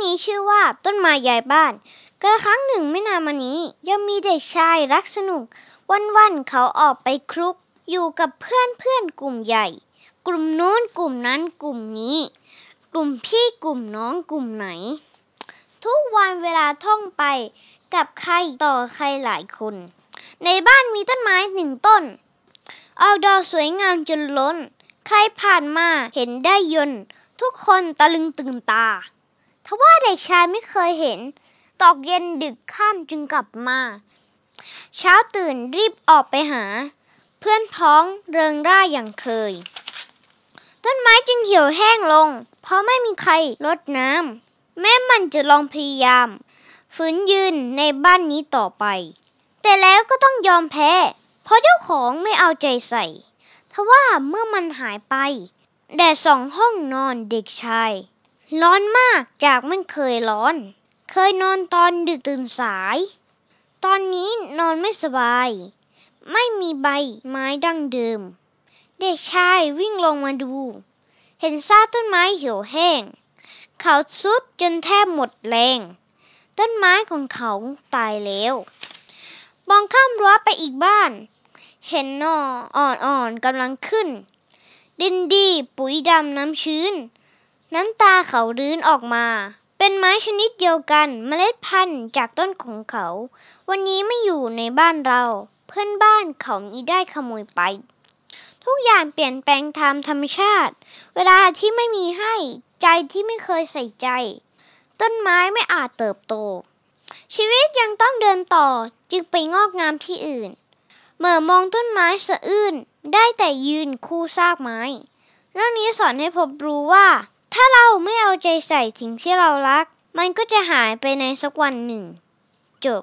นี้ชื่อว่าต้นไม้ย้ายบ้านกระครั้งหนึ่งไม่นานมานี้ยังมีเด็กชายรักสนุกวันๆเขาออกไปคลุกอยู่กับเพื่อนกลุ่มใหญ่กลุ่มโน้นกลุ่มนั้นกลุ่มนี้กลุ่มพี่กลุ่มน้องกลุ่มไหนทุกวันเวลาท่องไปกับใครต่อใครหลายคนในบ้านมีต้นไม้หนึ่งต้นออกดอกสวยงามจนล้นใครผ่านมาเห็นได้ยนต์ทุกคนตะลึงตื่นตาทว่าเด็กชายไม่เคยเห็นตกเย็นดึกค่ำจึงกลับมาเช้าตื่นรีบออกไปหาเพื่อนพ้องเริงร่าอย่างเคยต้นไม้จึงเหี่ยวแห้งลงเพราะไม่มีใครรดน้ำแม้มันจะลองพยายามฝืนยืนในบ้านนี้ต่อไปแต่แล้วก็ต้องยอมแพ้เพราะเจ้าของไม่เอาใจใส่ทว่าเมื่อมันหายไปแดดส่องห้องนอนเด็กชายร้อนมากจากไม่เคยร้อนเคยนอนตอนดึกตื่นสายตอนนี้นอนไม่สบายไม่มีใบไม้ดั้งเดิมเด็กชายวิ่งลงมาดูเห็นซากต้นไม้เหี่ยวแห้งเขาทรุดจนแทบหมดแรงต้นไม้ของเขาตายแล้วมองข้ามรั้วไปอีกบ้านเห็นหน่ออ่อนๆกำลังขึ้นดินดีปุ๋ยดำน้ำชื้นน้ำตาเขารื้นออกมาเป็นไม้ชนิดเดียวกันเมล็ดพันธุ์จากต้นของเขาวันนี้ไม่อยู่ในบ้านเราเพื่อนบ้านเขามิได้ขโมยไปทุกอย่างเปลี่ยนแปลงตามธรรมชาติเวลาที่ไม่มีให้ใจที่ไม่เคยใส่ใจต้นไม้ไม่อาจเติบโตชีวิตยังต้องเดินต่อจึงไปงอกงามที่อื่นเมื่อมองต้นไม้สะอื้นได้แต่ยืนคู่ซากไม้เรื่องนี้สอนให้พบรู้ว่าถ้าเราไม่เอาใจใส่สิ่งที่เรารักมันก็จะหายไปในสักวันหนึ่ง